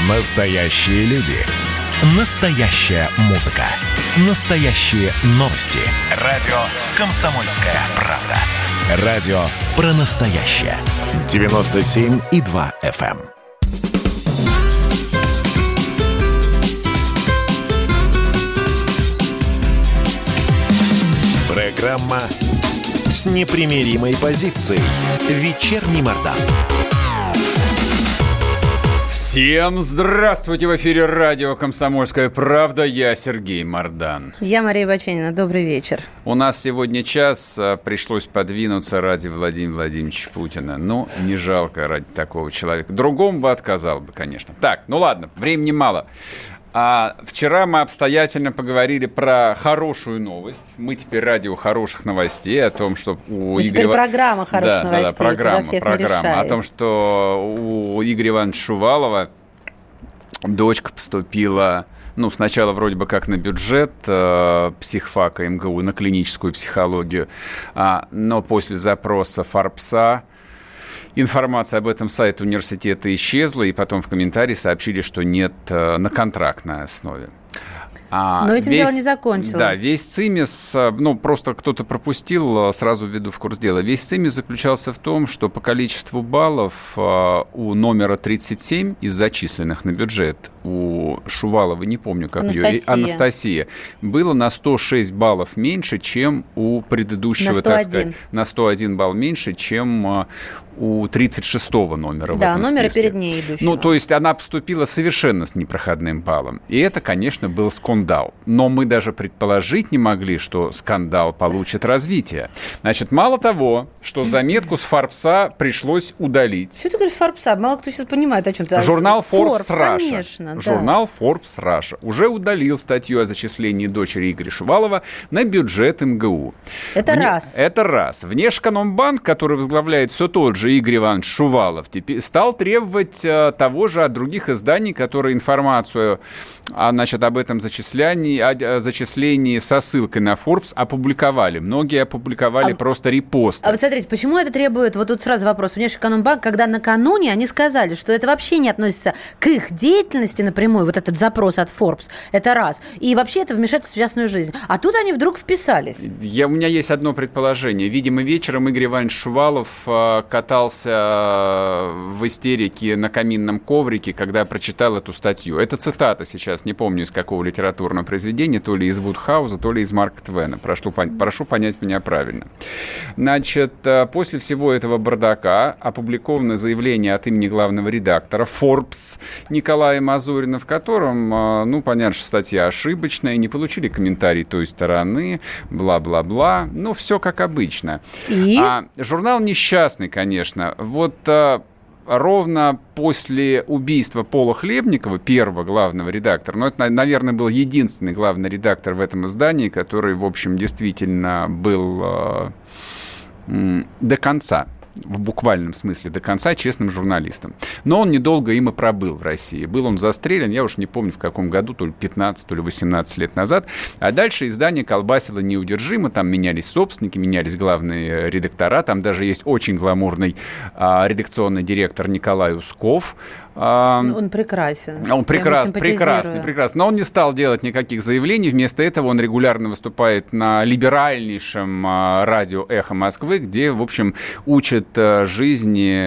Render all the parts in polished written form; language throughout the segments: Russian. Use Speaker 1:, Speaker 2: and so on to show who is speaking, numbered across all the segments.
Speaker 1: Настоящие люди. Настоящая музыка. Настоящие новости. Радио «Комсомольская правда». Радио про настоящее. 97,2 FM. Программа с непримиримой позицией. Вечерний Мардан.
Speaker 2: Всем здравствуйте! В эфире радио «Комсомольская правда». Я Сергей Мардан.
Speaker 3: Я Мария Баченина. Добрый вечер.
Speaker 2: У нас сегодня час. Пришлось подвинуться ради Владимира Владимировича Путина. Ну, не жалко ради такого человека. Другому бы отказал бы, конечно. Так, ну ладно, времени мало. Вчера мы обстоятельно поговорили про хорошую новость. Мы теперь радио хороших новостей о том, что у Игоря...
Speaker 3: Теперь программа хороших новостей.
Speaker 2: Да, программа о том, что у Игоря Ивановича Шувалова дочка поступила, ну, сначала вроде бы как на бюджет психфака МГУ, на клиническую психологию, но после запроса Форбса информация об этом сайте университета исчезла, и потом в комментарии сообщили, что нет на контрактной основе.
Speaker 3: Но этим дело не закончилось.
Speaker 2: Да, весь цимис, просто кто-то пропустил, сразу введу в курс дела. Весь цимис заключался в том, что по количеству баллов у номера 37 из зачисленных на бюджет у Шувалова, не помню, как ее, Анастасия, было на 106 баллов меньше, чем у предыдущего, на 101. Так сказать, на 101 балл меньше, чем у 36-го номера в этом
Speaker 3: номера
Speaker 2: списке.
Speaker 3: Перед ней идущего.
Speaker 2: То есть она поступила совершенно с непроходным баллом. И это, конечно, был скандал. Но мы даже предположить не могли, что скандал получит развитие. Значит, мало того, что заметку с Форбса пришлось удалить.
Speaker 3: Что ты говоришь с Форбса? Мало кто сейчас понимает, о чем ты.
Speaker 2: Журнал Forbes Russia.
Speaker 3: Конечно,
Speaker 2: Журнал Forbes Russia уже удалил статью о зачислении дочери Игоря Шувалова на бюджет МГУ.
Speaker 3: Это раз.
Speaker 2: Это раз. Внешэкономбанк, который возглавляет все тот же Игорь Иванович Шувалов, теперь стал требовать того же от других изданий, которые информацию об этом зачислении со ссылкой на Forbes опубликовали. Многие опубликовали просто репосты.
Speaker 3: А вот смотрите, почему это требует, вот тут сразу вопрос, Внешэкономбанк, когда накануне они сказали, что это вообще не относится к их деятельности напрямую, вот этот запрос от Forbes, это раз. И вообще это вмешательство в частную жизнь. А тут они вдруг вписались.
Speaker 2: У меня есть одно предположение. Видимо, вечером Игорь Иванович Шувалов катался в истерике на каминном коврике, когда прочитал эту статью. Это цитата сейчас, не помню из какого литературного произведения, то ли из Вудхауза, то ли из Марка Твена. Прошу понять меня правильно. Значит, после всего этого бардака опубликовано заявление от имени главного редактора Forbes Николая Мазурина, в котором, понятно, что статья ошибочная, не получили комментарий той стороны, бла-бла-бла. Все как обычно.
Speaker 3: И?
Speaker 2: Журнал несчастный, конечно. Вот ровно после убийства Пола Хлебникова, первого главного редактора, это, наверное, был единственный главный редактор в этом издании, который, в общем, действительно был до конца, в буквальном смысле до конца, честным журналистом. Но он недолго им и пробыл в России. Был он застрелен, я уж не помню, в каком году, то ли 15, то ли 18 лет назад. А дальше издание колбасило неудержимо, там менялись собственники, менялись главные редактора, там даже есть очень гламурный редакционный директор Николай Усков.
Speaker 3: Он прекрасен.
Speaker 2: Он прекрасный. Но он не стал делать никаких заявлений. Вместо этого он регулярно выступает на либеральнейшем радио «Эхо Москвы», где, в общем, учит жизни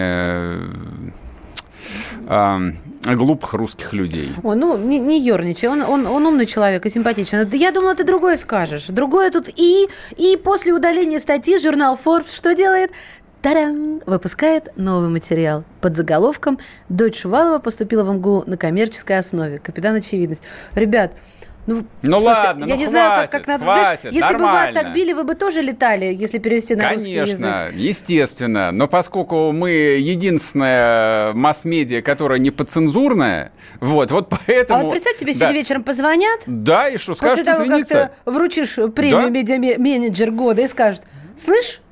Speaker 2: глупых русских людей.
Speaker 3: Не ерничай, он умный человек и симпатичный. Я думала, ты другое скажешь. Другое тут и после удаления статьи журнал Forbes что делает? Та-дам! Выпускает новый материал под заголовком «Дочь Шувалова поступила в МГУ на коммерческой основе. Капитан Очевидность». Ребят, слушайте,
Speaker 2: ладно,
Speaker 3: я не знаю, как надо...
Speaker 2: Хватит,
Speaker 3: если
Speaker 2: нормально.
Speaker 3: бы вас так били, вы бы тоже летали, если перевести на русский язык.
Speaker 2: Конечно, естественно. Но поскольку мы единственная масс-медиа, которая не подцензурная, вот поэтому...
Speaker 3: А вот представь, тебе сегодня вечером позвонят.
Speaker 2: Да, и что, скажут,
Speaker 3: после того,
Speaker 2: извиниться.
Speaker 3: как ты вручишь премию «Медиа-менеджер года» и скажут: слышь,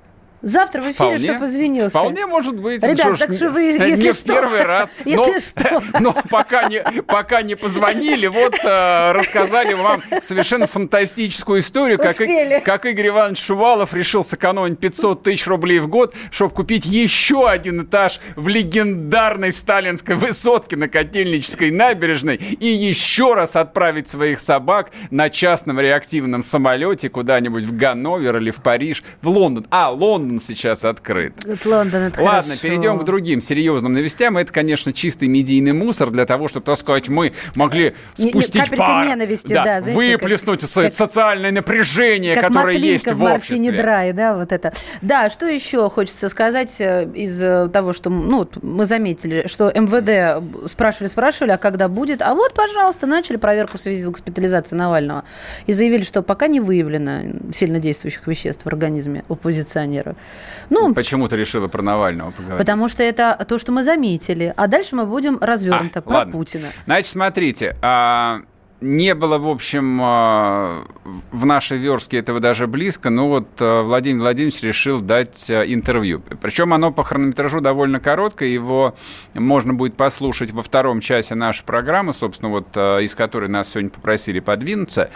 Speaker 3: завтра в эфире, чтобы извинился.
Speaker 2: Вполне может быть.
Speaker 3: Ребят, так что вы, если
Speaker 2: не
Speaker 3: что...
Speaker 2: в первый раз. Но пока не позвонили, вот рассказали вам совершенно фантастическую историю, как Игорь Иванович Шувалов решил сэкономить 500 тысяч рублей в год, чтобы купить еще один этаж в легендарной сталинской высотке на Котельнической набережной и еще раз отправить своих собак на частном реактивном самолете куда-нибудь в Ганновер или в Париж, в Лондон. Лондон сейчас открыт.
Speaker 3: Лондон, это
Speaker 2: Ладно,
Speaker 3: хорошо.
Speaker 2: перейдем к другим серьезным новостям. Это, конечно, чистый медийный мусор для того, чтобы, так сказать, мы могли спустить пар,
Speaker 3: ненависти, да, знаете,
Speaker 2: выплеснуть социальное напряжение, которое есть в обществе.
Speaker 3: Мартини Драй, да, вот это. Да, что еще хочется сказать из того, что мы заметили, что МВД спрашивали, а когда будет? А вот, пожалуйста, начали проверку в связи с госпитализацией Навального. И заявили, что пока не выявлено сильно действующих веществ в организме оппозиционера.
Speaker 2: Почему ты решила про Навального поговорить?
Speaker 3: Потому что это то, что мы заметили. А дальше мы будем развернуто про Путина.
Speaker 2: Значит, смотрите, не было, в общем, в нашей верстке этого даже близко, но вот Владимир Владимирович решил дать интервью. Причем оно по хронометражу довольно короткое, его можно будет послушать во втором часе нашей программы, собственно, вот из которой нас сегодня попросили подвинуться.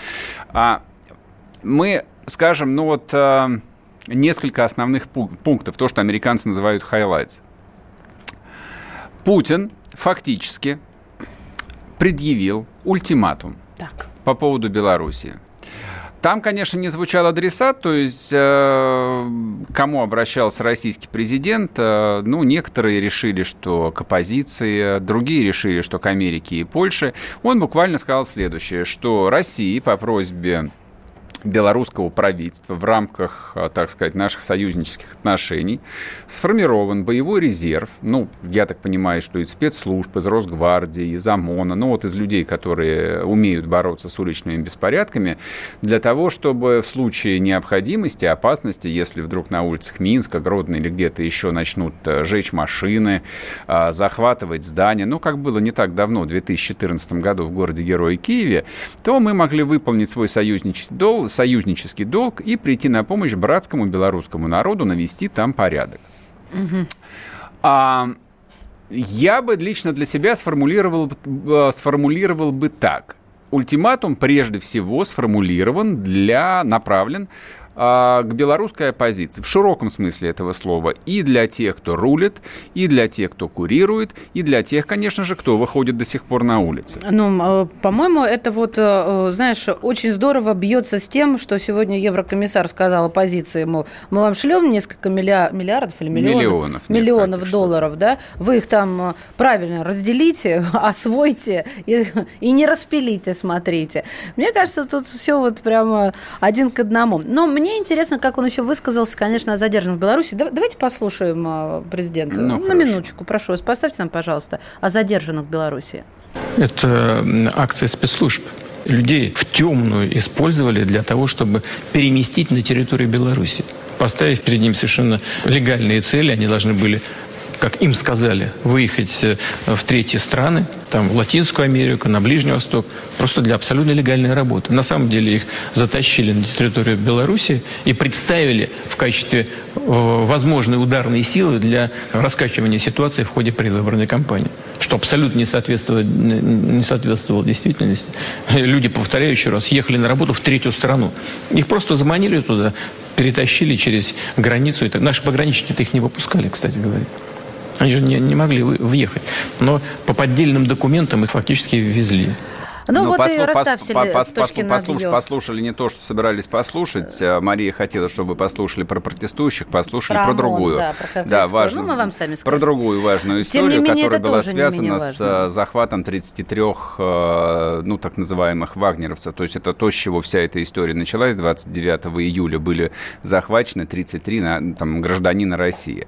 Speaker 2: Мы скажем, несколько основных пунктов, то, что американцы называют highlights. Путин фактически предъявил ультиматум по поводу Белоруссии. Там, конечно, не звучал адресат, то есть кому обращался российский президент. Некоторые решили, что к оппозиции, другие решили, что к Америке и Польше. Он буквально сказал следующее, что России по просьбе белорусского правительства в рамках, так сказать, наших союзнических отношений сформирован боевой резерв, я так понимаю, что из спецслужб, из Росгвардии, из ОМОНа, из людей, которые умеют бороться с уличными беспорядками, для того, чтобы в случае необходимости, опасности, если вдруг на улицах Минска, Гродно или где-то еще начнут жечь машины, захватывать здания, как было не так давно, в 2014 году в городе-герое Киеве, то мы могли выполнить свой союзнический долг и прийти на помощь братскому белорусскому народу, навести там порядок. Угу. Я бы лично для себя сформулировал бы так. Ультиматум прежде всего направлен к белорусской оппозиции в широком смысле этого слова. И для тех, кто рулит, и для тех, кто курирует, и для тех, конечно же, кто выходит до сих пор на улицы.
Speaker 3: По-моему, это очень здорово бьется с тем, что сегодня еврокомиссар сказал оппозиции, мол, мы вам шлем несколько миллиардов или миллионов долларов, да? Вы их там правильно разделите, освойте и не распилите, смотрите. Мне кажется, тут все прямо один к одному. Но мне интересно, как он еще высказался, конечно, о задержанных в Беларуси. Давайте послушаем президента. На минуточку, прошу вас, поставьте нам, пожалуйста, о задержанных в Беларуси.
Speaker 4: Это акция спецслужб. Людей в темную использовали для того, чтобы переместить на территорию Беларуси. Поставив перед ним совершенно легальные цели, они должны были, как им сказали, выехать в третьи страны, там, в Латинскую Америку, на Ближний Восток, просто для абсолютно легальной работы. На самом деле их затащили на территорию Беларуси и представили в качестве возможной ударной силы для раскачивания ситуации в ходе предвыборной кампании, что абсолютно не соответствовало действительности. Люди, повторяю еще раз, ехали на работу в третью страну. Их просто заманили туда, перетащили через границу. Наши пограничники-то их не выпускали, кстати говоря. Они же не могли въехать. Но по поддельным документам их фактически ввезли.
Speaker 2: Послушали не то, что собирались послушать. Мария хотела, чтобы послушали про протестующих, послушали про другую. Важную.
Speaker 3: Мы вам сами скажем.
Speaker 2: Про другую важную историю, которая была связана с захватом 33 так называемых вагнеровцев. То есть это то, с чего вся эта история началась. 29 июля были захвачены 33 гражданина России.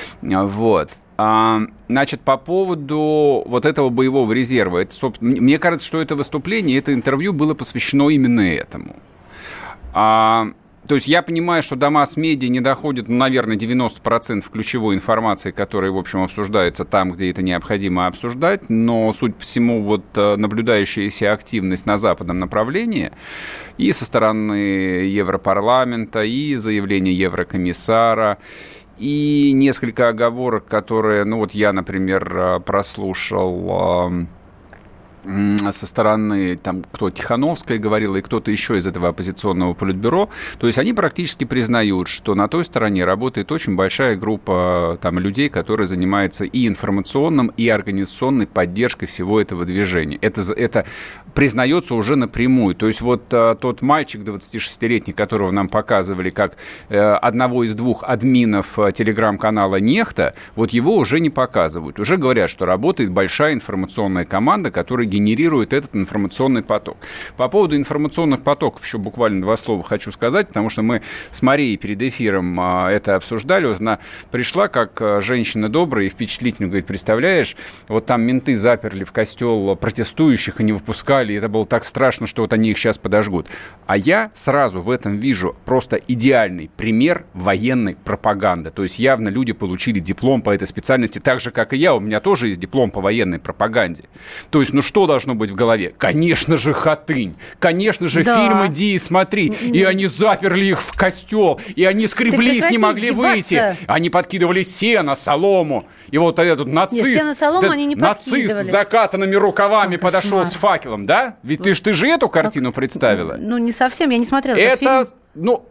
Speaker 2: Значит, по поводу вот этого боевого резерва, мне кажется, что это выступление, это интервью было посвящено именно этому. То есть я понимаю, что до масс-медиа не доходит, наверное, 90% ключевой информации, которая, в общем, обсуждается там, где это необходимо обсуждать, но, судя по всему, вот наблюдающаяся активность на западном направлении и со стороны Европарламента, и заявление Еврокомиссара, и несколько оговорок, которые, ну вот я, например, прослушал со стороны, там, кто Тихановская говорила, и кто-то еще из этого оппозиционного политбюро, то есть они практически признают, что на той стороне работает очень большая группа там людей, которые занимаются и информационным, и организационной поддержкой всего этого движения. Это признается уже напрямую. То есть вот тот мальчик 26-летний, которого нам показывали как одного из двух админов телеграм-канала «Нехта», вот его уже не показывают. Уже говорят, что работает большая информационная команда, которая генерирует этот информационный поток. По поводу информационных потоков еще буквально 2 слова хочу сказать, потому что мы с Марией перед эфиром это обсуждали. Вот она пришла как женщина добрая и впечатлительная, говорит, представляешь, вот там менты заперли в костел протестующих и не выпускали, и это было так страшно, что вот они их сейчас подожгут. А я сразу в этом вижу просто идеальный пример военной пропаганды. То есть явно люди получили диплом по этой специальности, так же, как и я. У меня тоже есть диплом по военной пропаганде. То есть, ну что должно быть в голове? Конечно же, Хатынь. Конечно же, да. Фильм «Иди и смотри». И они заперли их в костел. И они скреблись, не могли выйти. Они подкидывали сено, солому. И вот этот нацист,
Speaker 3: нет, сено, солому они не
Speaker 2: нацист с закатанными рукавами подошел с факелом, да? Ведь ты же эту картину представила?
Speaker 3: Ну, не совсем, я не смотрела этот фильм.
Speaker 2: Это... Ну,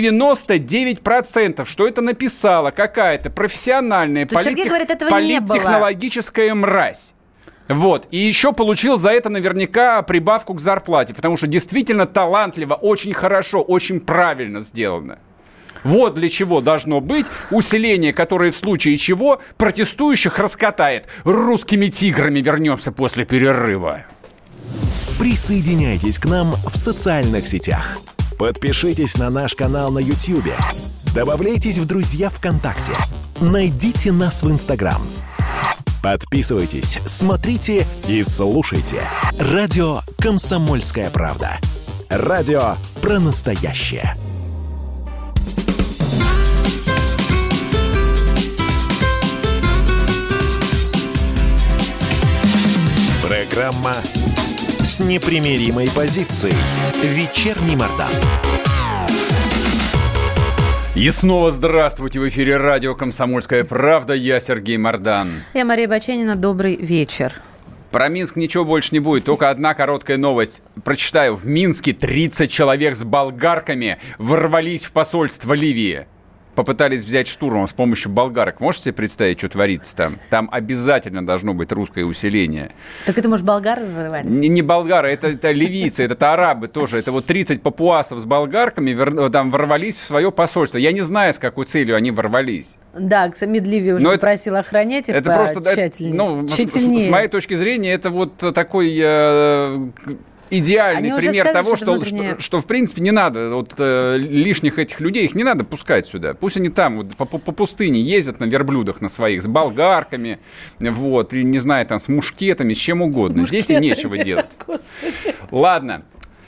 Speaker 2: 99%, что это написала какая-то профессиональная политтехнологическая мразь. Вот. И еще получил за это наверняка прибавку к зарплате, потому что действительно талантливо, очень хорошо, очень правильно сделано. Вот для чего должно быть усиление, которое в случае чего протестующих раскатает. Русскими тиграми вернемся после перерыва.
Speaker 1: Присоединяйтесь к нам в социальных сетях. Подпишитесь на наш канал на YouTube. Добавляйтесь в друзья ВКонтакте. Найдите нас в Инстаграм. Подписывайтесь, смотрите и слушайте. Радио «Комсомольская правда». Радио про настоящее. Программа с непримиримой позицией. Вечерний Мордан.
Speaker 2: И снова здравствуйте. В эфире радио «Комсомольская правда». Я Сергей Мордан.
Speaker 3: Я Мария Баченина. Добрый вечер.
Speaker 2: Про Минск ничего больше не будет. Только одна короткая новость. Прочитаю. В Минске 30 человек с болгарками ворвались в посольство Ливии. Попытались взять штурмом с помощью болгарок. Можете себе представить, что творится там? Там обязательно должно быть русское усиление.
Speaker 3: Так это, может, болгары вырывались?
Speaker 2: Не болгары, это ливийцы, это арабы тоже. Это вот 30 папуасов с болгарками там ворвались в свое посольство. Я не знаю, с какой целью они ворвались.
Speaker 3: Да, Ксамид Ливия уже попросил охранять их тщательнее.
Speaker 2: С моей точки зрения, это вот такой... идеальный пример сказали, того, что в принципе не надо вот, лишних этих людей, их не надо пускать сюда. Пусть они там вот, по пустыне ездят на верблюдах на своих, с болгарками, вот, и, не знаю, там, с мушкетами, с чем угодно. Здесь им нечего делать. Господи. Ладно.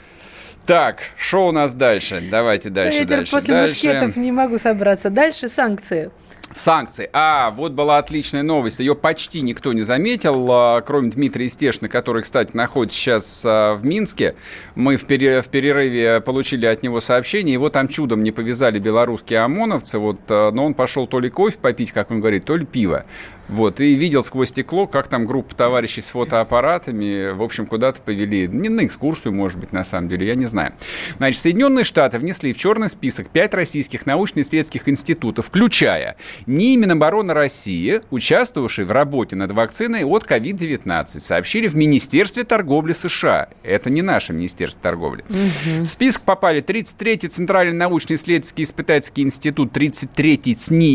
Speaker 2: Так, что у нас дальше? Давайте дальше.
Speaker 3: После мушкетов не могу собраться. Дальше санкции.
Speaker 2: Санкции. Вот была отличная новость. Ее почти никто не заметил, кроме Дмитрия Стешина, который, кстати, находится сейчас в Минске. Мы в перерыве получили от него сообщение. Его там чудом не повязали белорусские ОМОНовцы. Но он пошел то ли кофе попить, как он говорит, то ли пиво. И видел сквозь стекло, как там группа товарищей с фотоаппаратами, в общем, куда-то повели. Не на экскурсию, может быть, на самом деле, я не знаю. Значит, Соединенные Штаты внесли в черный список 5 российских научно-исследовательских институтов, включая НИИ Минобороны России, участвовавшие в работе над вакциной от COVID-19, сообщили в Министерстве торговли США. Это не наше Министерство торговли. В список попали 33-й Центральный научно-исследовательский испытательский институт, 33-й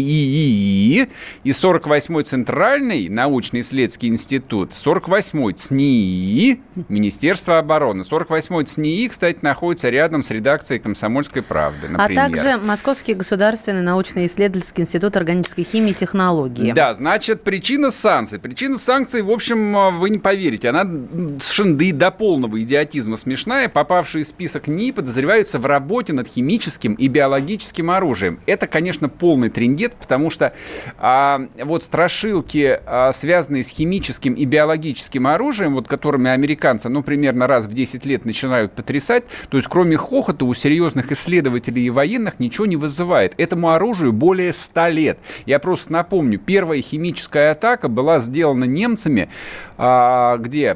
Speaker 2: ЦНИИ и 48-й Центральный научно-исследовательский институт, 48-й ЦНИИ, Министерство обороны. 48-й ЦНИИ, кстати, находится рядом с редакцией «Комсомольской правды», например.
Speaker 3: А также Московский государственный научно-исследовательский институт организации органической химии технологии.
Speaker 2: Да, значит, причина санкций. Причина санкций, в общем, вы не поверите, она совершенно до полного идиотизма смешная. Попавшие в список НИИ подозреваются в работе над химическим и биологическим оружием. Это, конечно, полный трындец, потому что вот страшилки, связанные с химическим и биологическим оружием, вот которыми американцы, примерно раз в 10 лет начинают потрясать, то есть кроме хохота у серьезных исследователей и военных ничего не вызывает. Этому оружию более 100 лет. Я просто напомню, первая химическая атака была сделана немцами, где?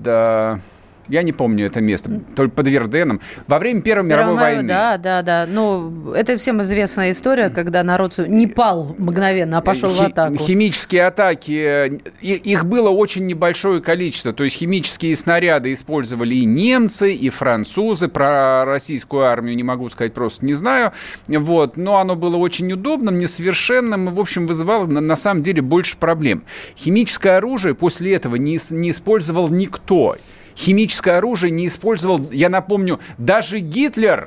Speaker 2: Я не помню это место, только под Верденом, во время Первой мировой войны.
Speaker 3: Да. Это всем известная история, когда народ не пал мгновенно, а пошел в атаку.
Speaker 2: Химические атаки, их было очень небольшое количество. То есть химические снаряды использовали и немцы, и французы. Про российскую армию не могу сказать, просто не знаю. Вот. Но оно было очень удобным, несовершенным и, в общем, вызывало на самом деле больше проблем. Химическое оружие после этого не использовал никто. Химическое оружие не использовал, я напомню, даже Гитлер.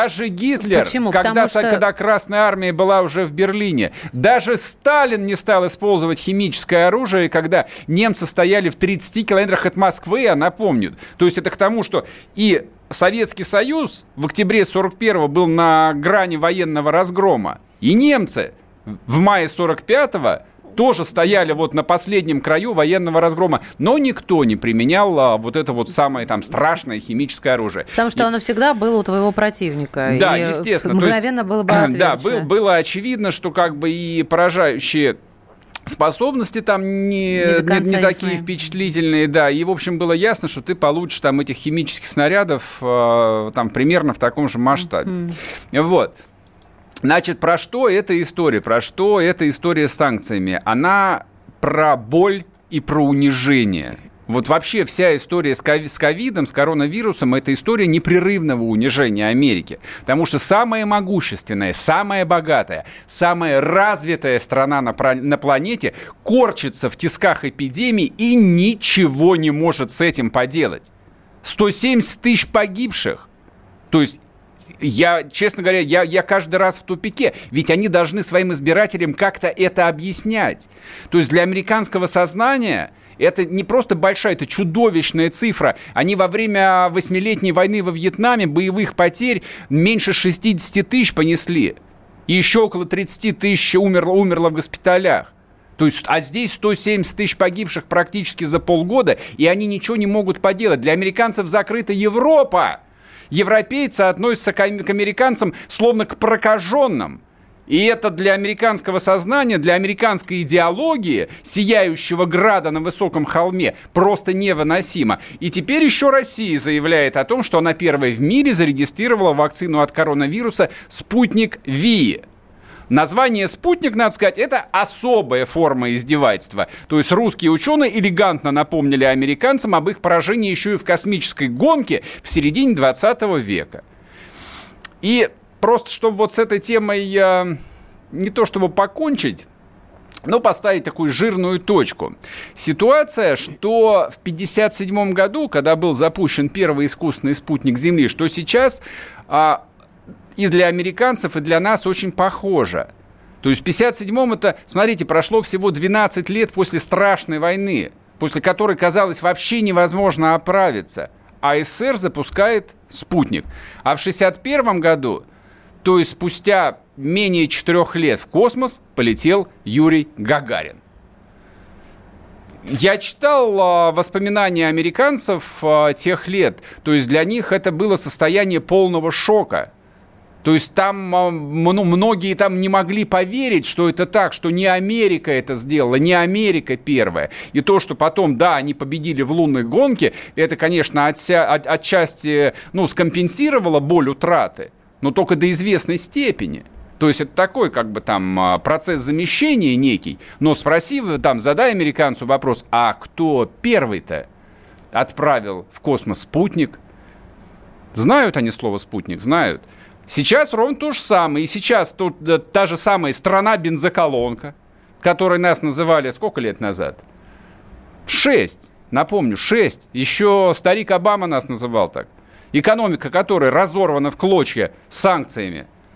Speaker 3: Почему?
Speaker 2: Когда Красная Армия была уже в Берлине. Даже Сталин не стал использовать химическое оружие, когда немцы стояли в 30 километрах от Москвы, я напомню. То есть это к тому, что и Советский Союз в октябре 1941-го был на грани военного разгрома, и немцы в мае 1945-го тоже стояли вот на последнем краю военного разгрома, но никто не применял вот это вот самое там страшное химическое оружие.
Speaker 3: Потому что оно всегда было у твоего противника.
Speaker 2: Да,
Speaker 3: и
Speaker 2: естественно.
Speaker 3: Мгновенно было бы отвечено.
Speaker 2: Да, было очевидно, что как бы и поражающие способности там не такие впечатлительные, да, и, в общем, было ясно, что ты получишь там этих химических снарядов там примерно в таком же масштабе. Вот. Значит, про что эта история? Про что эта история с санкциями? Она про боль и про унижение. Вот вообще вся история с ковидом, с коронавирусом, это история непрерывного унижения Америки. Потому что самая могущественная, самая богатая, самая развитая страна на планете корчится в тисках эпидемии и ничего не может с этим поделать. 170 тысяч погибших. То есть честно говоря, я каждый раз в тупике, ведь они должны своим избирателям как-то это объяснять. То есть для американского сознания это не просто большая, это чудовищная цифра. Они во время 8-летней войны во Вьетнаме боевых потерь меньше 60 тысяч понесли. И еще около 30 тысяч умерло в госпиталях. То есть, а здесь 170 тысяч погибших практически за полгода, и они ничего не могут поделать. Для американцев закрыта Европа. Европейцы относятся к американцам словно к прокаженным. И это для американского сознания, для американской идеологии, сияющего града на высоком холме, просто невыносимо. И теперь еще Россия заявляет о том, что она первая в мире зарегистрировала вакцину от коронавируса «Спутник Ви». Название «Спутник», надо сказать, это особая форма издевательства. То есть русские ученые элегантно напомнили американцам об их поражении еще и в космической гонке в середине 20 века. И просто, чтобы вот с этой темой не то чтобы покончить, но поставить такую жирную точку. Ситуация, что в 1957 году, когда был запущен первый искусственный спутник Земли, что сейчас и для американцев, и для нас очень похоже. То есть в 1957-м это, смотрите, прошло всего 12 лет после страшной войны, после которой, казалось, вообще невозможно оправиться. А СССР запускает спутник. А в 1961 году, то есть спустя менее 4 лет, в космос полетел Юрий Гагарин. Я читал воспоминания американцев тех лет. То есть для них это было состояние полного шока. То есть там многие там не могли поверить, что это так, что не Америка это сделала, не Америка первая. И то, что потом, да, они победили в лунной гонке, это, конечно, отчасти скомпенсировало боль утраты, но только до известной степени. То есть это такой как бы там процесс замещения некий. Но задай американцу вопрос, а кто первый-то отправил в космос спутник? Знают они слово «спутник», знают. Сейчас ровно то же самое. И сейчас та же самая страна-бензоколонка, которой нас называли сколько лет назад? 6. Напомню, 6. Еще старик Обама нас называл так. Экономика которой разорвана в клочья санкциями.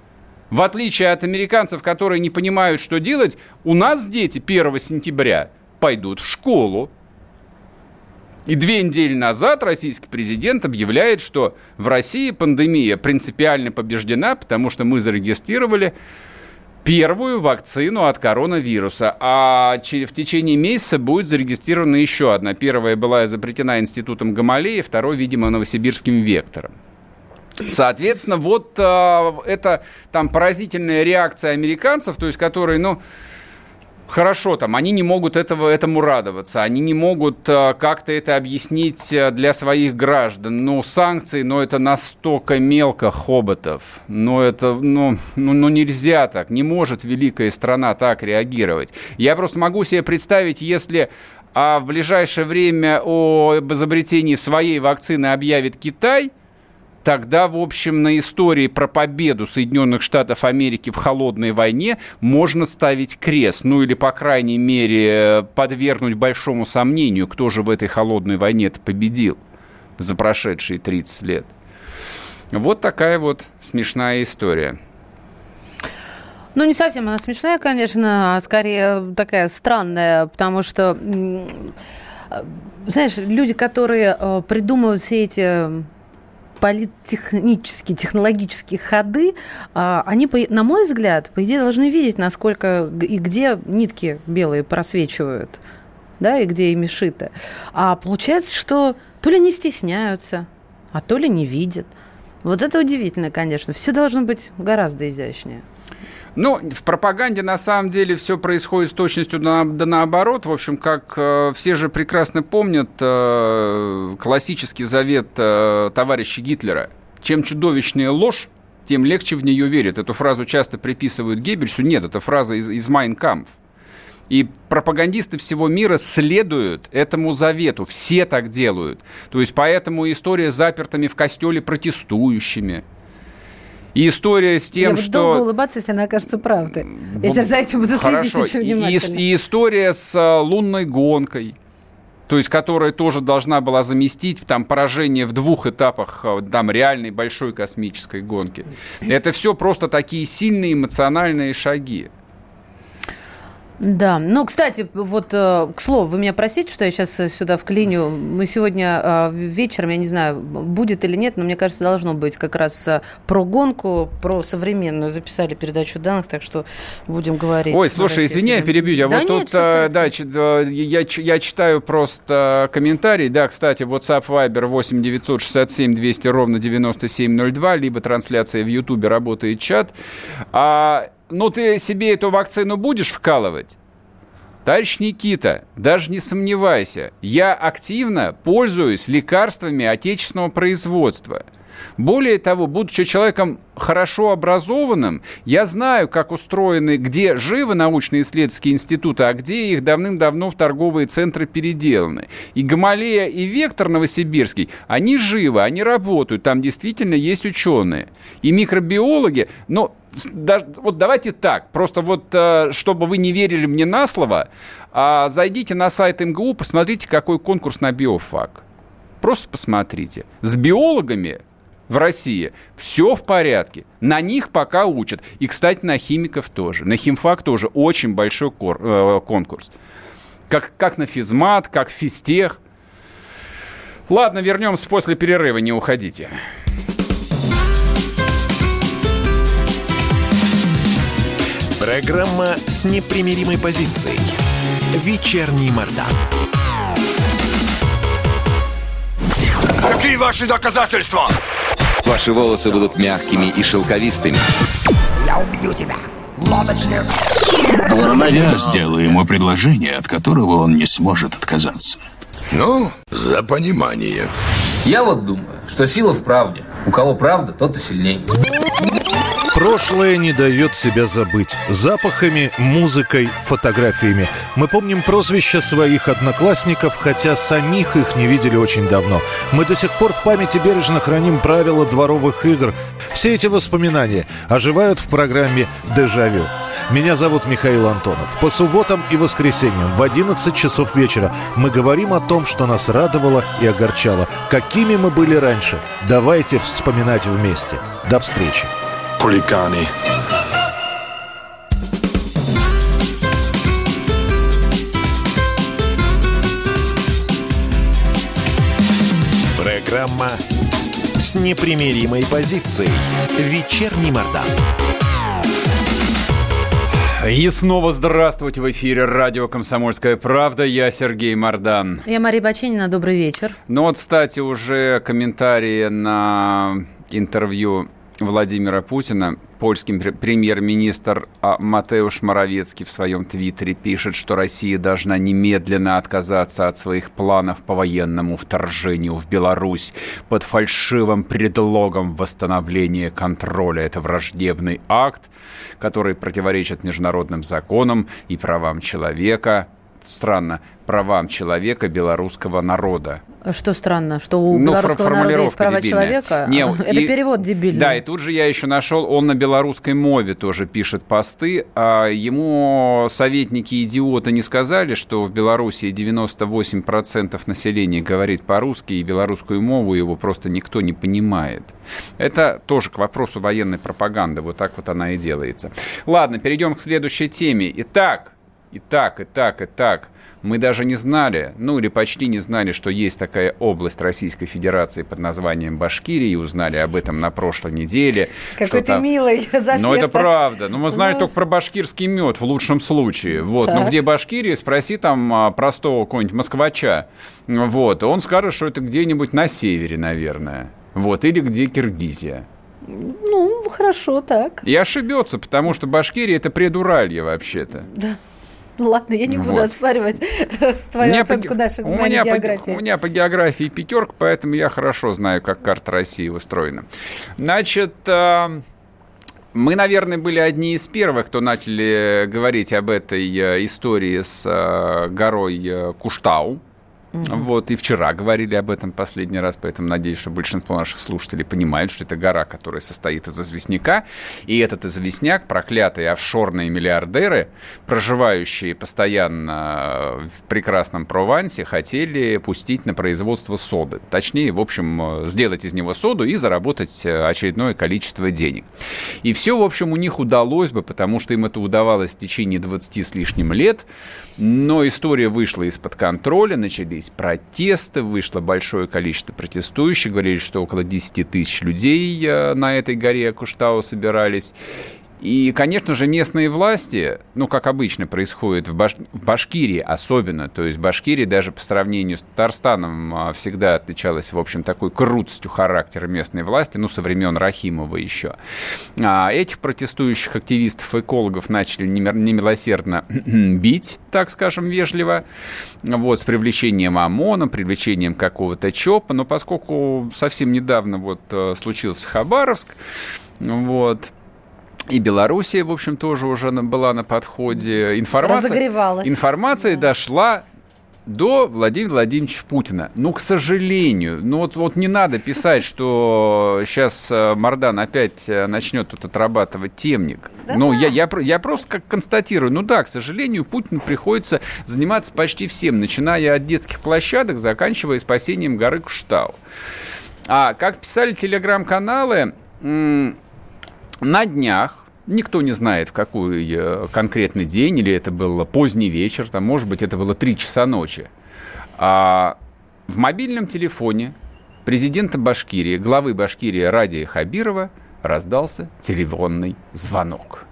Speaker 2: В отличие от американцев, которые не понимают, что делать, у нас дети 1 сентября пойдут в школу. И 2 недели назад российский президент объявляет, что в России пандемия принципиально побеждена, потому что мы зарегистрировали первую вакцину от коронавируса. А в течение месяца будет зарегистрирована еще одна. Первая была изобретена институтом Гамалея, второй, видимо, новосибирским Вектором. Соответственно, вот это там поразительная реакция американцев, то есть которые, хорошо, там, они не могут этому радоваться, они не могут как-то это объяснить для своих граждан. Санкции, это настолько мелко, Хоботов. Это, нельзя так, не может великая страна так реагировать. Я просто могу себе представить, если в ближайшее время об изобретении своей вакцины объявит Китай, тогда, в общем, на истории про победу Соединенных Штатов Америки в холодной войне можно ставить крест. Или, по крайней мере, подвергнуть большому сомнению, кто же в этой холодной войне-то победил за прошедшие 30 лет. Вот такая вот смешная история.
Speaker 3: Не совсем она смешная, конечно, а скорее такая странная, потому что, знаешь, люди, которые придумывают все эти политтехнические, технологические ходы, они, на мой взгляд, по идее, должны видеть, насколько и где нитки белые просвечивают, да, и где ими шито. А получается, что то ли не стесняются, а то ли не видят. Вот это удивительно, конечно. Все должно быть гораздо изящнее.
Speaker 2: В пропаганде, на самом деле, все происходит с точностью да наоборот. В общем, как все же прекрасно помнят классический завет товарища Гитлера. Чем чудовищнее ложь, тем легче в нее верят. Эту фразу часто приписывают Геббельсу. Нет, это фраза из «Майн кампф». И пропагандисты всего мира следуют этому завету. Все так делают. То есть, поэтому история с запертыми в костеле протестующими. И история с тем, что... Я буду долго
Speaker 3: улыбаться, если она окажется правдой. Я теперь за этим буду следить очень внимательно.
Speaker 2: И история с лунной гонкой, то есть которая тоже должна была заместить там поражение в 2 этапах там реальной большой космической гонки. Это все просто такие сильные эмоциональные шаги.
Speaker 3: Да, кстати, вот, к слову, вы меня простите, что я сейчас сюда вклиню. Мы сегодня вечером, я не знаю, будет или нет, но мне кажется, должно быть как раз про гонку, про современную. Записали передачу данных, так что будем говорить.
Speaker 2: Ой, слушай, извини, я перебью. Я читаю просто комментарий. Да, кстати, WhatsApp, Viber 8 967 200 ровно 9702, либо трансляция в Ютубе, работает чат. Ты себе эту вакцину будешь вкалывать? Товарищ Никита, даже не сомневайся, я активно пользуюсь лекарствами отечественного производства. Более того, будучи человеком хорошо образованным, я знаю, как устроены, где живы научно-исследовательские институты, а где их давным-давно в торговые центры переделаны. И Гамалея, и Вектор новосибирский, они живы, они работают, там действительно есть ученые. И микробиологи, вот давайте так, просто чтобы вы не верили мне на слово, зайдите на сайт МГУ, посмотрите, какой конкурс на биофак. Просто посмотрите. С биологами в России все в порядке. На них пока учат. И, кстати, на химиков тоже. На химфак тоже очень большой конкурс. Как на физмат, как физтех. Ладно, вернемся после перерыва, не уходите.
Speaker 1: Программа с непримиримой позицией. Вечерний Мордан.
Speaker 5: Какие ваши доказательства?
Speaker 6: Ваши волосы будут мягкими и шелковистыми.
Speaker 5: Я убью тебя, лодочник.
Speaker 7: Я сделаю ему предложение, от которого он не сможет отказаться.
Speaker 5: За понимание.
Speaker 8: Я думаю, что сила в правде. У кого правда, тот и сильней.
Speaker 9: Прошлое не дает себя забыть. Запахами, музыкой, фотографиями. Мы помним прозвища своих одноклассников, хотя самих их не видели очень давно. Мы до сих пор в памяти бережно храним правила дворовых игр. Все эти воспоминания оживают в программе «Дежавю». Меня зовут Михаил Антонов. По субботам и воскресеньям в 11 часов вечера мы говорим о том, что нас радовало и огорчало. Какими мы были раньше. Давайте вспоминать вместе. До встречи.
Speaker 5: Хулиганы.
Speaker 1: Программа с непримиримой позицией. Вечерний Мардан.
Speaker 2: И снова здравствуйте, в эфире радио «Комсомольская правда». Я Сергей Мардан.
Speaker 3: Я Мария Баченина. Добрый вечер.
Speaker 2: Ну вот, кстати, уже комментарии на интервью Владимира Путина. Польский премьер-министр Матеуш Моровецкий в своем твиттере пишет, что Россия должна немедленно отказаться от своих планов по военному вторжению в Беларусь под фальшивым предлогом восстановления контроля. Это враждебный акт, который противоречит международным законам и правам человека. Странно, правам человека белорусского народа.
Speaker 3: Что странно, что у белорусского народа есть права человека? Это перевод дебильный.
Speaker 2: Да, и тут же я еще нашел, он на белорусской мове тоже пишет посты, а ему советники-идиоты не сказали, что в Беларуси 98% населения говорит по-русски, и белорусскую мову его просто никто не понимает. Это тоже к вопросу военной пропаганды, вот так вот она и делается. Ладно, перейдем к следующей теме. Итак, мы даже не знали, ну или почти не знали, что есть такая область Российской Федерации под названием Башкирия, и узнали об этом на прошлой неделе.
Speaker 3: Какой ты милый за всех.
Speaker 2: Ну это правда, но мы знали только про башкирский мед в лучшем случае. Вот. Но где Башкирия, спроси там простого какого-нибудь москвача, вот, он скажет, что это где-нибудь на севере, наверное, вот, или где Киргизия.
Speaker 3: Ну, хорошо, так.
Speaker 2: И ошибется, потому что Башкирия – это предуралье вообще-то.
Speaker 3: Да. Ладно, я не буду оспаривать твою оценку наших знаний географии.
Speaker 2: У меня по географии 5, поэтому я хорошо знаю, как карта России устроена. Значит, мы, наверное, были одни из первых, кто начали говорить об этой истории с горой Куштау. Вот, и вчера говорили об этом последний раз, поэтому надеюсь, что большинство наших слушателей понимают, что это гора, которая состоит из известняка, и этот известняк проклятые офшорные миллиардеры, проживающие постоянно в прекрасном Провансе, хотели пустить на производство соды. Точнее, в общем, сделать из него соду и заработать очередное количество денег. И все, в общем, у них удалось бы, потому что им это удавалось в течение 20 с лишним лет, но история вышла из-под контроля, начались протесты, вышло большое количество протестующих, говорили, что около 10 тысяч людей на этой горе Куштау собирались. И, конечно же, местные власти, ну, как обычно происходит в Башкирии особенно, то есть Башкирия даже по сравнению с Татарстаном всегда отличалась, в общем, такой крутостью характера местной власти, ну, со времен Рахимова еще. Этих протестующих активистов и экологов начали немилосердно бить, так скажем, вежливо, вот, с привлечением ОМОНа, привлечением какого-то ЧОПа, но поскольку совсем недавно вот случился Хабаровск, вот, и Белоруссия, в общем, тоже уже была на подходе. Информация дошла до Владимира Владимировича Путина. Ну, к сожалению, ну вот не надо писать, что сейчас Мардан опять начнет тут отрабатывать темник. Да, ну, я просто как констатирую. Ну да, к сожалению, Путину приходится заниматься почти всем, начиная от детских площадок, заканчивая спасением горы Куштау. А как писали телеграм-каналы, на днях, никто не знает, в какой конкретный день, или это был поздний вечер, там, может быть, это было 3 часа ночи, в мобильном телефоне президента Башкирии, главы Башкирии Радия Хабирова раздался телефонный звонок.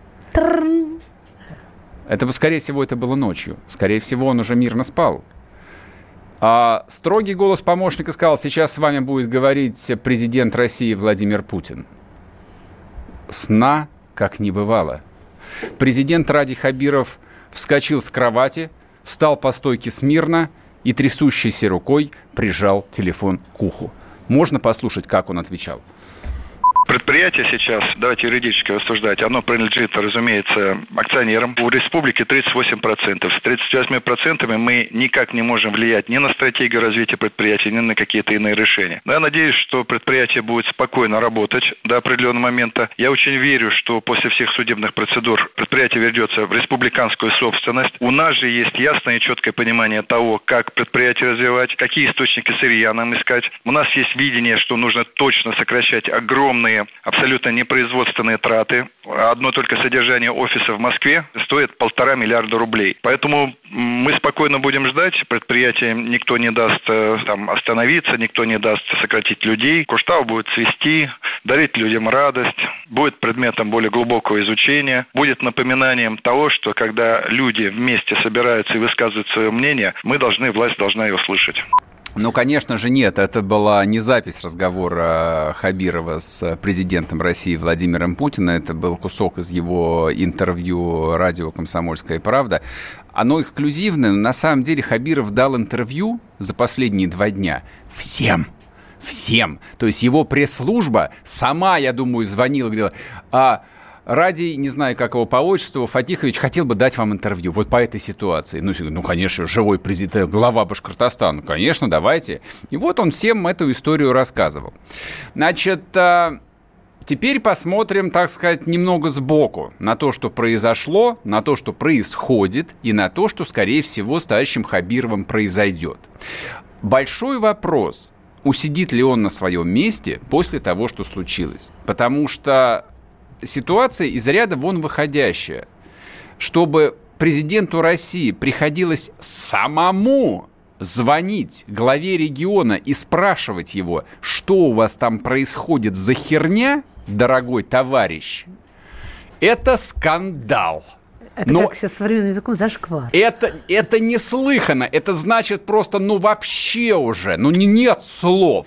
Speaker 2: Это, скорее всего, это было ночью. Скорее всего, он уже мирно спал. Строгий голос помощника сказал: сейчас с вами будет говорить президент России Владимир Путин. Сна как не бывало. Президент Ради Хабиров вскочил с кровати, встал по стойке смирно и трясущейся рукой прижал телефон к уху. Можно послушать, как он отвечал?
Speaker 10: Предприятие сейчас, давайте юридически рассуждать, оно принадлежит, разумеется, акционерам. У республики 38%. С 38% мы никак не можем влиять ни на стратегию развития предприятия, ни на какие-то иные решения. Но я надеюсь, что предприятие будет спокойно работать до определенного момента. Я очень верю, что после всех судебных процедур предприятие вернется в республиканскую собственность. У нас же есть ясное и четкое понимание того, как предприятие развивать, какие источники сырья нам искать. У нас есть видение, что нужно точно сокращать огромные абсолютно непроизводственные траты. Одно только содержание офиса в Москве стоит 1,5 миллиарда рублей. Поэтому мы спокойно будем ждать. Предприятие никто не даст там остановиться, никто не даст сократить людей. Куштау будет цвести, дарить людям радость, будет предметом более глубокого изучения, будет напоминанием того, что когда люди вместе собираются и высказывают свое мнение, власть должна его слышать.
Speaker 2: Ну, конечно же, нет. Это была не запись разговора Хабирова с президентом России Владимиром Путиным. Это был кусок из его интервью радио «Комсомольская правда». Оно эксклюзивное, но на самом деле Хабиров дал интервью за последние 2 дня всем. То есть его пресс-служба сама, я думаю, звонила, говорила: Ради, не знаю, как его по отчеству, Фатихович хотел бы дать вам интервью вот по этой ситуации. Ну, конечно, живой президент, глава Башкортостана, конечно, давайте. И вот он всем эту историю рассказывал. Значит, теперь посмотрим, так сказать, немного сбоку на то, что произошло, на то, что происходит, и на то, что, скорее всего, с товарищем Хабировым произойдет. Большой вопрос, усидит ли он на своем месте после того, что случилось. Потому что ситуация из ряда вон выходящая. Чтобы президенту России приходилось самому звонить главе региона и спрашивать его, что у вас там происходит за херня, дорогой товарищ, это скандал.
Speaker 3: Это как сейчас современным языком зашквар.
Speaker 2: Это неслыханно. Это значит просто, вообще уже, нет слов.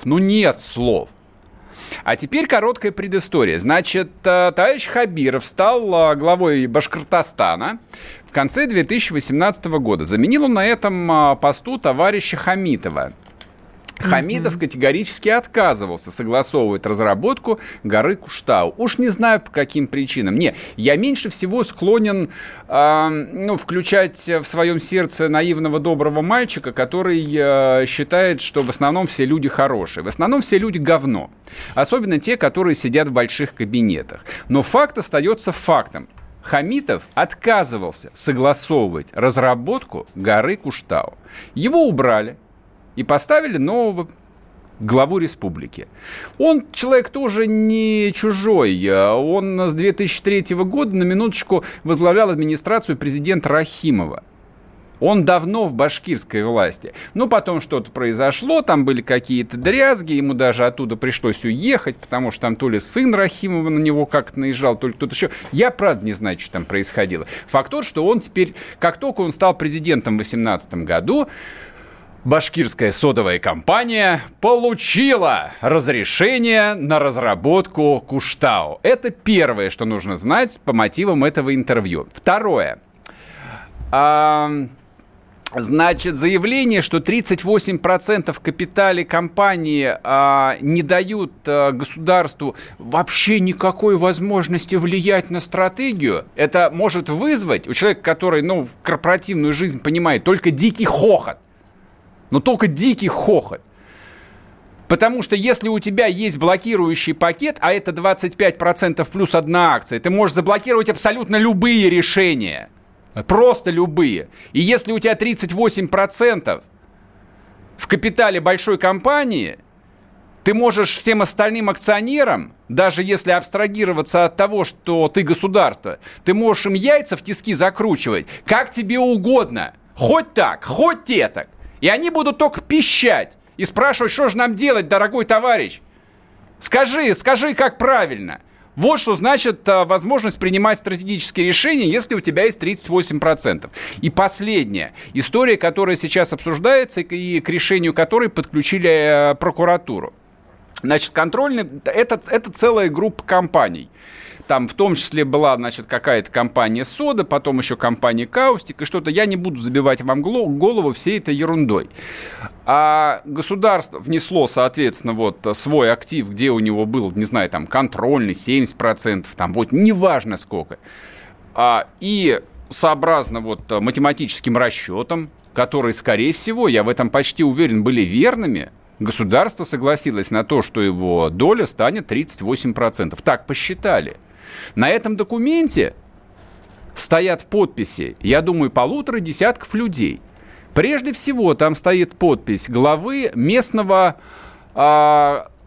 Speaker 2: А теперь короткая предыстория. Значит, товарищ Хабиров стал главой Башкортостана в конце 2018 года. Заменил он на этом посту товарища Хамитова. Хамитов категорически отказывался согласовывать разработку горы Куштау. Уж не знаю, по каким причинам. Я меньше всего склонен включать в своем сердце наивного доброго мальчика, который считает, что в основном все люди хорошие. В основном все люди говно. Особенно те, которые сидят в больших кабинетах. Но факт остается фактом. Хамитов отказывался согласовывать разработку горы Куштау. Его убрали и поставили нового главу республики. Он человек тоже не чужой. Он с 2003 года, на минуточку, возглавлял администрацию президента Рахимова. Он давно в башкирской власти. Потом что-то произошло, там были какие-то дрязги, ему даже оттуда пришлось уехать, потому что там то ли сын Рахимова на него как-то наезжал, то ли кто-то еще. Я, правда, не знаю, что там происходило. Факт тот, что он теперь, как только он стал президентом в 2018 году, башкирская содовая компания получила разрешение на разработку Куштау. Это первое, что нужно знать по мотивам этого интервью. Второе. Значит, заявление, что 38% капитале компании не дают государству вообще никакой возможности влиять на стратегию, это может вызвать у человека, который, корпоративную жизнь понимает, только дикий хохот. Только дикий хохот. Потому что если у тебя есть блокирующий пакет, а это 25% плюс 1 акция, ты можешь заблокировать абсолютно любые решения. Просто любые. И если у тебя 38% в капитале большой компании, ты можешь всем остальным акционерам, даже если абстрагироваться от того, что ты государство, ты можешь им яйца в тиски закручивать, как тебе угодно. Хоть так, хоть этак. И они будут только пищать и спрашивать, что же нам делать, дорогой товарищ. Скажи, как правильно. Вот что значит возможность принимать стратегические решения, если у тебя есть 38%. И последняя история, которая сейчас обсуждается и к решению которой подключили прокуратуру. Значит, контрольный – это целая группа компаний. Там в том числе была, какая-то компания «Сода», потом еще компания «Каустик» и что-то. Я не буду забивать вам голову всей этой ерундой. А государство внесло, соответственно, свой актив, где у него был, контрольный 70%, неважно сколько. И сообразно математическим расчетам, которые, скорее всего, я в этом почти уверен, были верными, государство согласилось на то, что его доля станет 38%. Так посчитали. На этом документе стоят подписи, я думаю, 1,5 десятков людей. Прежде всего, там стоит подпись главы местного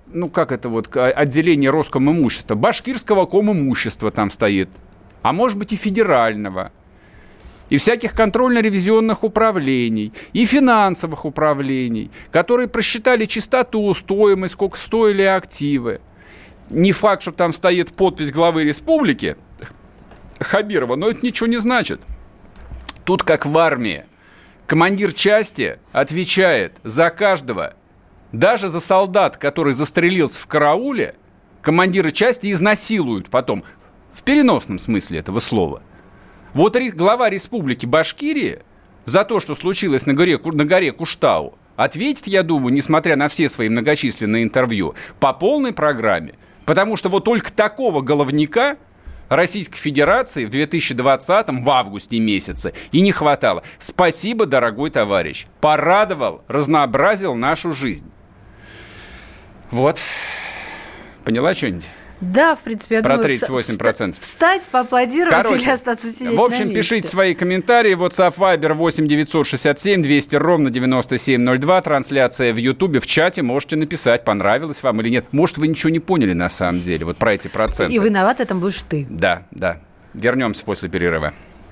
Speaker 2: отделение Роскомимущества, башкирского комимущества там стоит, а может быть и федерального, и всяких контрольно-ревизионных управлений, и финансовых управлений, которые просчитали чистоту, стоимость, сколько стоили активы. Не факт, что там стоит подпись главы республики Хабирова, но это ничего не значит. Тут как в армии. Командир части отвечает за каждого. Даже за солдат, который застрелился в карауле, командиры части изнасилуют потом. В переносном смысле этого слова. Вот глава республики Башкирия за то, что случилось на горе Куштау, ответит, я думаю, несмотря на все свои многочисленные интервью, по полной программе. Потому что вот только такого головняка Российской Федерации в 2020-м, в августе месяце, и не хватало. Спасибо, дорогой товарищ. Порадовал, разнообразил нашу жизнь. Вот. Поняла что-нибудь?
Speaker 3: Да, в принципе, я
Speaker 2: про
Speaker 3: думаю...
Speaker 2: 38%.
Speaker 3: Встать, поаплодировать или остаться сидеть на месте.
Speaker 2: В общем, пишите свои комментарии. WhatsApp, Viber 8 967 200 ровно 9702. Трансляция в Ютубе, в чате. Можете написать, понравилось вам или нет. Может, вы ничего не поняли на самом деле, вот про эти проценты.
Speaker 3: И виноват этом будешь ты.
Speaker 2: Да. Вернемся после перерыва.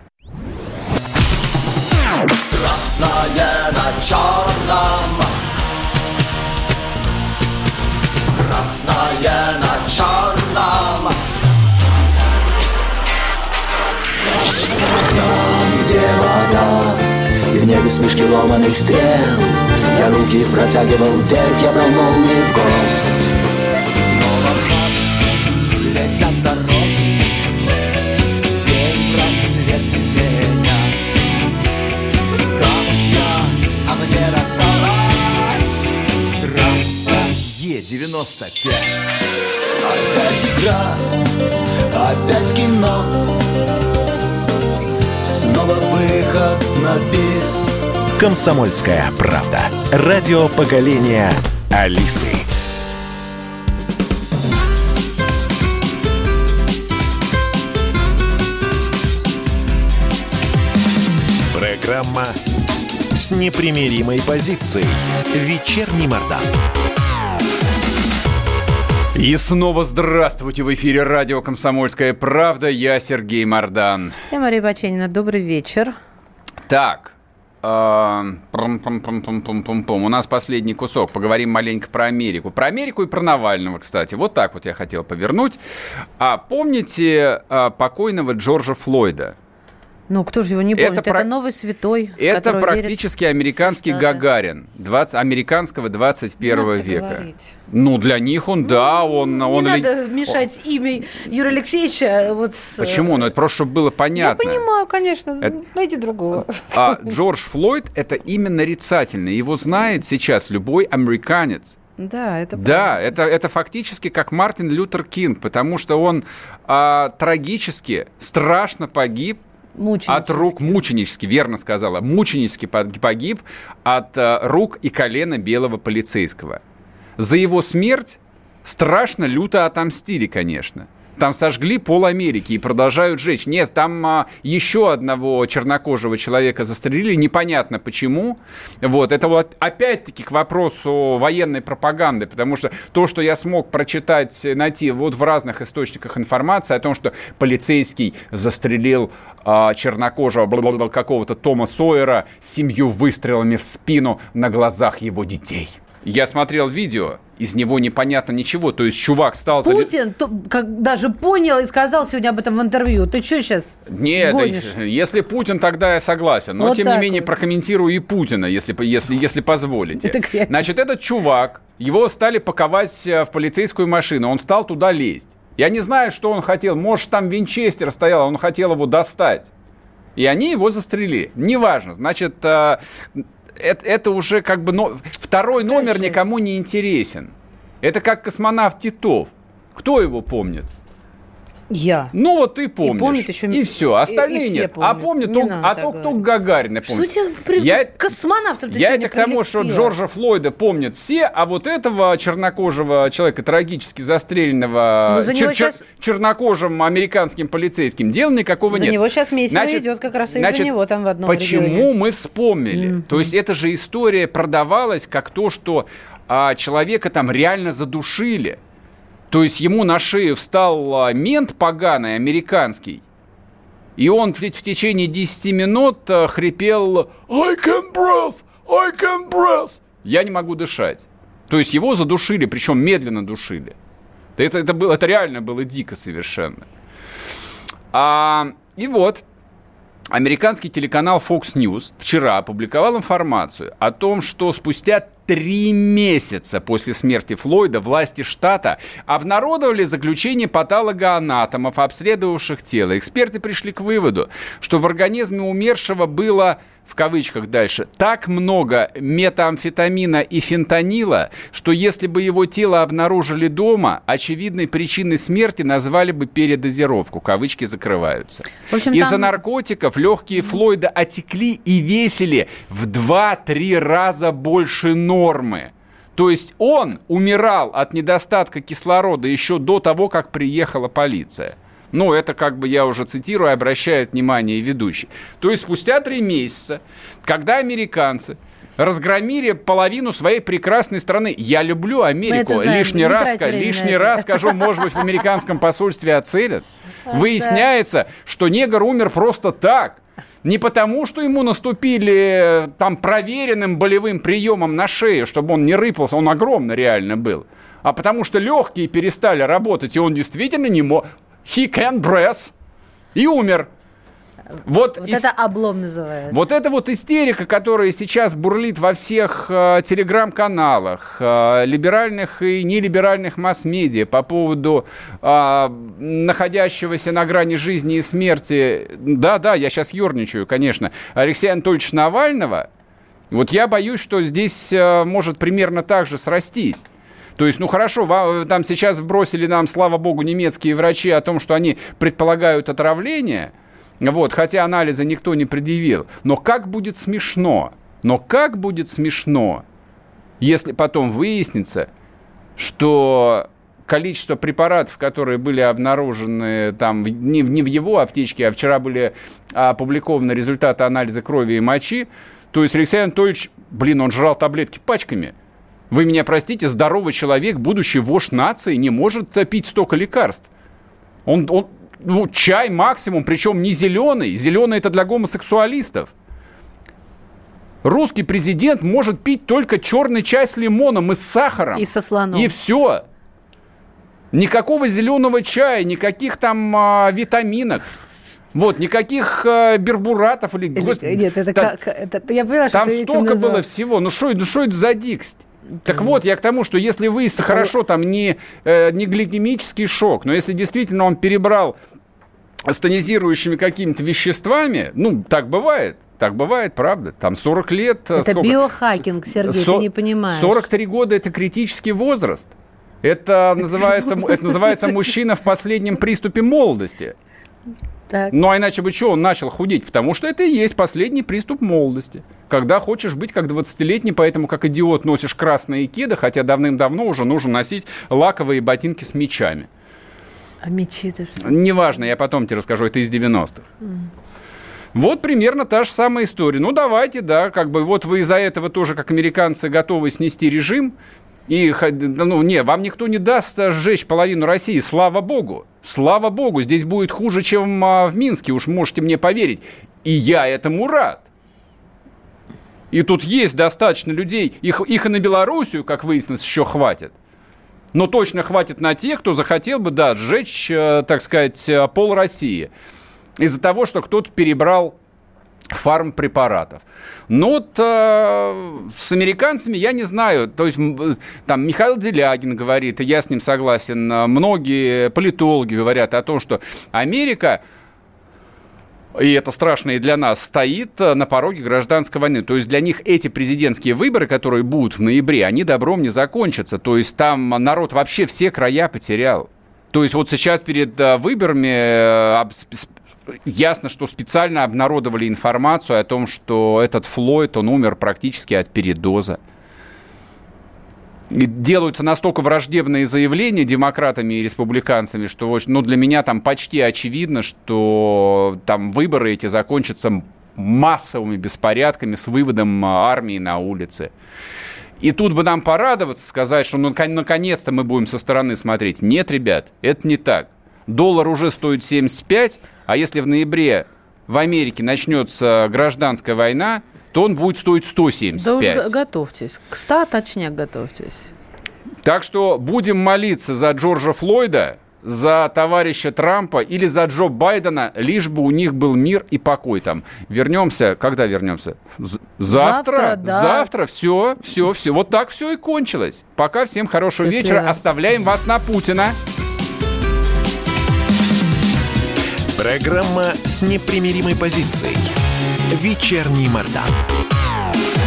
Speaker 11: Красное на черном. Красное на черном. Там, где вода, и в небе смешки ломаных стрел, я руки протягивал вверх, я брал молнии в гость. Снова в марш летят дороги, день рассвет менять. Камусь я, а мне рассталась трасса Е-95. Опять игра, опять кино, снова выход на бис.
Speaker 1: «Комсомольская правда». Радио поколения Алисы. Программа с непримиримой позицией. «Вечерний Мардан».
Speaker 2: И снова здравствуйте! В эфире радио «Комсомольская правда». Я Сергей Мардан.
Speaker 3: Я Мария Баченина. Добрый вечер.
Speaker 2: Так. У нас последний кусок. Поговорим маленько про Америку. Про Америку и про Навального, кстати. Вот так вот я хотел повернуть. Помните покойного Джорджа Флойда?
Speaker 3: Ну, кто же его не помнит? Это новый святой.
Speaker 2: Это практически американский Гагарин американского 21 века.
Speaker 3: Говорить.
Speaker 2: Ну, для них он, да, он...
Speaker 3: Не надо мешать имя Юрия Алексеевича вот с...
Speaker 2: Почему? Ну, это просто, чтобы было понятно.
Speaker 3: Я понимаю, конечно. Найди другого.
Speaker 2: Джордж Флойд – это имя нарицательное. Его знает сейчас любой американец.
Speaker 3: Да, это правда.
Speaker 2: Да, это фактически как Мартин Лютер Кинг, потому что он трагически, страшно погиб от рук, мученически, верно сказала, мученически погиб от рук и колена белого полицейского. За его смерть страшно люто отомстили, конечно. Там сожгли пол-Америки и продолжают жечь. Нет, там еще одного чернокожего человека застрелили, непонятно почему. Вот, это вот опять-таки к вопросу военной пропаганды, потому что то, что я смог прочитать, найти вот в разных источниках информации о том, что полицейский застрелил чернокожего какого-то Тома Сойера 7 выстрелами в спину на глазах его детей. Я смотрел видео, из него непонятно ничего. То есть чувак стал...
Speaker 3: Путин даже понял и сказал сегодня об этом в интервью. Ты что сейчас гонишь?
Speaker 2: Если Путин, тогда я согласен. Но, вот тем не менее, прокомментирую и Путина, если позволите. Значит, этот чувак, его стали паковать в полицейскую машину. Он стал туда лезть. Я не знаю, что он хотел. Может, там Винчестер стоял, он хотел его достать. И они его застрелили. Неважно. Значит... Это уже как бы второй номер никому не интересен. Это как космонавт Титов. Кто его помнит?
Speaker 3: Я.
Speaker 2: Ну вот ты помнишь.
Speaker 3: И помнит еще...
Speaker 2: И все, остальные нет.
Speaker 3: Помнят.
Speaker 2: А помнит только Гагарина помнит.
Speaker 3: Что тебе космонавтом ты
Speaker 2: Я это к тому, что Джорджа Флойда помнят все, а вот этого чернокожего человека, трагически застреленного чернокожим американским полицейским, дела никакого нет.
Speaker 3: За него сейчас месиво идет как раз из-за него там в одном регионе.
Speaker 2: Почему мы вспомнили? То есть эта же история продавалась как то, что а человека там реально задушили. То есть ему на шею встал мент поганый, американский, и он в течение 10 минут хрипел «I can breathe! Я не могу дышать». То есть его задушили, причем медленно душили. Это реально было дико совершенно. И вот, американский телеканал Fox News вчера опубликовал информацию о том, что спустя 3 месяца после смерти Флойда власти штата обнародовали заключение патологоанатомов, обследовавших тело. Эксперты пришли к выводу, что в организме умершего было, в кавычках дальше, так много метамфетамина и фентанила, что если бы его тело обнаружили дома, очевидной причиной смерти назвали бы передозировку. Кавычки закрываются. Из-за наркотиков легкие Флойда отекли и весили в 2-3 раза больше нормы. То есть он умирал от недостатка кислорода еще до того, как приехала полиция. Ну, это как бы я уже цитирую, обращает внимание ведущий. То есть спустя 3 месяца, когда американцы разгромили половину своей прекрасной страны. Я люблю Америку. Лишний раз скажу, может быть, в американском посольстве оценят. Выясняется, что негр умер просто так. Не потому, что ему наступили там проверенным болевым приемом на шею, чтобы он не рыпался, он огромно реально был, а потому что легкие перестали работать, и он действительно не мог. He can breathe. И умер. Вот
Speaker 3: это облом называется.
Speaker 2: Вот это вот истерика, которая сейчас бурлит во всех телеграм-каналах, либеральных и нелиберальных масс-медиа по поводу находящегося на грани жизни и смерти, да, я сейчас ерничаю, конечно, Алексея Анатольевича Навального, вот я боюсь, что здесь может примерно так же срастись. То есть, ну хорошо, там сейчас вбросили нам, слава богу, немецкие врачи о том, что они предполагают отравление, вот, хотя анализа никто не предъявил. Но как будет смешно, если потом выяснится, что количество препаратов, которые были обнаружены там не в его аптечке, а вчера были опубликованы результаты анализа крови и мочи, то есть Алексей Анатольевич, он жрал таблетки пачками. Вы меня простите, здоровый человек, будущий вождь нации, не может пить столько лекарств. Он чай максимум, причем не зеленый. Зеленый – это для гомосексуалистов. Русский президент может пить только черный чай с лимоном и с сахаром.
Speaker 3: И со слоном. И
Speaker 2: все. Никакого зеленого чая, никаких там витаминок. Вот, никаких бербуратов.
Speaker 3: Нет, это я поняла, что
Speaker 2: там
Speaker 3: ты этим
Speaker 2: столько
Speaker 3: назвал.
Speaker 2: было всего. Ну что это за дикость? Так вот, я к тому, что если выяснится хорошо, там не гликемический шок, но если действительно он перебрал с тонизирующими какими-то веществами, так бывает, правда, там 40 лет...
Speaker 3: Это биохакинг, Сергей, ты не понимаешь.
Speaker 2: 43 года – это критический возраст. Это называется мужчина в последнем приступе молодости.
Speaker 3: Так.
Speaker 2: Ну, а иначе бы что, он начал худеть? Потому что это и есть последний приступ молодости. Когда хочешь быть как 20-летний, поэтому как идиот носишь красные кеды, хотя давным-давно уже нужно носить лаковые ботинки с мечами.
Speaker 3: А мечи-то что?
Speaker 2: Неважно, я потом тебе расскажу, это из 90-х. Вот примерно та же самая история. Ну, давайте, да, вот вы из-за этого тоже, как американцы, готовы снести режим. И, вам никто не даст сжечь половину России, слава богу. Слава богу, здесь будет хуже, чем в Минске, уж можете мне поверить. И я этому рад. И тут есть достаточно людей, их и на Белоруссию, как выяснилось, еще хватит. Но точно хватит на тех, кто захотел бы, сжечь, так сказать, пол России. Из-за того, что кто-то перебрал фармпрепаратов. Но с американцами я не знаю. То есть там Михаил Делягин говорит, и я с ним согласен, многие политологи говорят о том, что Америка, и это страшно и для нас, стоит на пороге гражданской войны. То есть для них эти президентские выборы, которые будут в ноябре, они добром не закончатся. То есть там народ вообще все края потерял. То есть вот сейчас перед выборами ясно, что специально обнародовали информацию о том, что этот Флойд, он умер практически от передоза. И делаются настолько враждебные заявления демократами и республиканцами, что для меня там почти очевидно, что там выборы эти закончатся массовыми беспорядками с выводом армии на улицы. И тут бы нам порадоваться, сказать, что наконец-то мы будем со стороны смотреть. Нет, ребят, это не так. Доллар уже стоит 75, а если в ноябре в Америке начнется гражданская война, то он будет стоить 175.
Speaker 3: Да уже готовьтесь. К 100 точняк готовьтесь.
Speaker 2: Так что будем молиться за Джорджа Флойда, за товарища Трампа или за Джо Байдена, лишь бы у них был мир и покой там. Вернемся. Когда вернемся? Завтра?
Speaker 3: Да.
Speaker 2: Завтра. Все. Вот так все и кончилось. Пока. Всем хорошего вечера. Оставляем вас на Путина.
Speaker 1: Программа с непримиримой позицией. Вечерний Мордан.